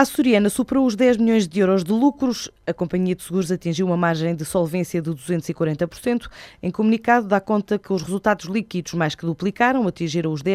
A açoriana superou os 10 milhões de euros de lucros. A companhia de seguros atingiu uma margem de solvência de 240%. Em comunicado, dá conta que os resultados líquidos mais que duplicaram, atingiram os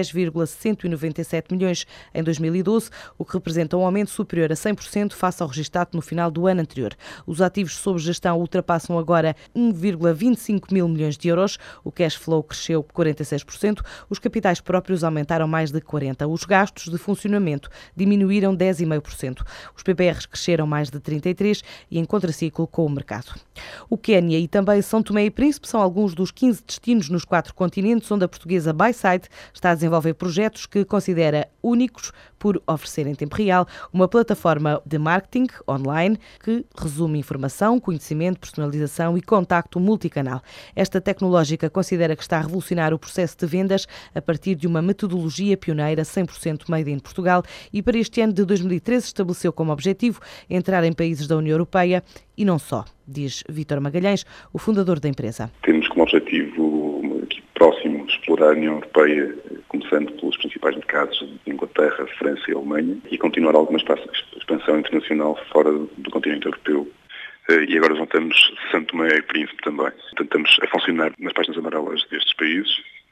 10,197 milhões em 2012, o que representa um aumento superior a 100% face ao registado no final do ano anterior. Os ativos sob gestão ultrapassam agora 1,25 mil milhões de euros. O cash flow cresceu 46%. Os capitais próprios aumentaram mais de 40%. Os gastos de funcionamento diminuíram 10,5%. Os PPRs cresceram mais de 33% e em contraciclo com o mercado. O Quénia e também São Tomé e Príncipe são alguns dos 15 destinos nos 4 continentes onde a portuguesa Byside está a desenvolver projetos que considera únicos por oferecer em tempo real uma plataforma de marketing online que resume informação, conhecimento, personalização e contacto multicanal. Esta tecnológica considera que está a revolucionar o processo de vendas a partir de uma metodologia pioneira 100% made in Portugal e para este ano de 2013 estabeleceu como objetivo entrar em países da União Europeia e não só, diz Vítor Magalhães, o fundador da empresa. Temos como objetivo aqui próximo explorar a União Europeia, começando pelos principais mercados de Inglaterra, França e Alemanha, e continuar alguma expansão internacional fora do continente europeu. E agora juntamos São Tomé e Príncipe também. Portanto, estamos a funcionar nas páginas amarelas destes países.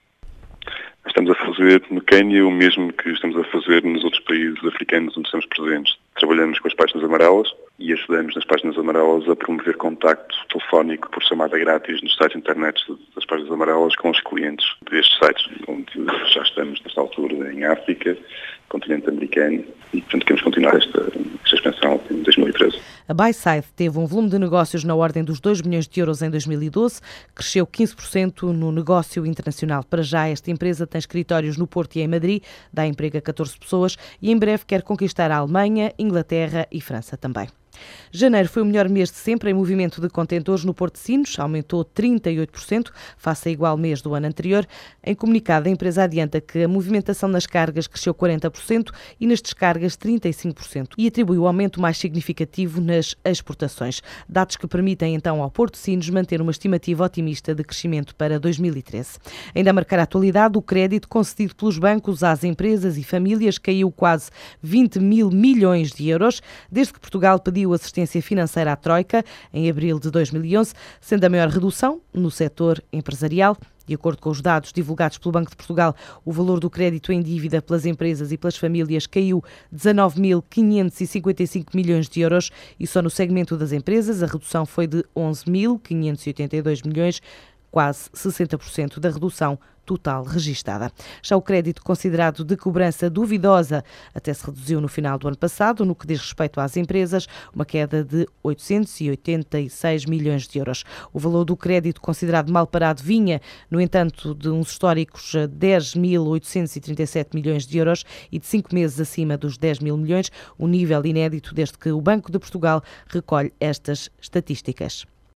Estamos a fazer no Quénia o mesmo que estamos a fazer nos outros países africanos onde estamos presentes. Trabalhamos com as páginas amarelas e ajudamos nas páginas amarelas a promover contacto telefónico por chamada grátis nos sites internet das páginas amarelas com os clientes destes sites, onde já estamos nesta altura em África, continente americano, e portanto queremos continuar esta expansão em 2013. A Byside teve um volume de negócios na ordem dos 2 milhões de euros em 2012, cresceu 15% no negócio internacional. Para já, esta empresa tem escritórios no Porto e em Madrid, dá emprego a 14 pessoas e em breve quer conquistar a Alemanha, Inglaterra e França também. Janeiro foi o melhor mês de sempre em movimento de contentores no Porto de Sinos, aumentou 38% face a igual mês do ano anterior. Em comunicado, a empresa adianta que a movimentação nas cargas cresceu 40% e nas descargas 35% e atribui o aumento mais significativo nas exportações, dados que permitem então ao Porto de Sinos manter uma estimativa otimista de crescimento para 2013. Ainda a marcar a atualidade, o crédito concedido pelos bancos às empresas e famílias caiu quase 20 mil milhões de euros, desde que Portugal pediu assistência financeira à Troika em abril de 2011, sendo a maior redução no setor empresarial. De acordo com os dados divulgados pelo Banco de Portugal, o valor do crédito em dívida pelas empresas e pelas famílias caiu 19.555 milhões de euros e só no segmento das empresas a redução foi de 11.582 milhões, quase 60% da redução total registada. Já o crédito considerado de cobrança duvidosa até se reduziu no final do ano passado, no que diz respeito às empresas, uma queda de 886 milhões de euros. O valor do crédito considerado mal parado vinha, no entanto, de uns históricos 10.837 milhões de euros e de 5 meses acima dos 10 mil milhões, um nível inédito desde que o Banco de Portugal recolhe estas estatísticas.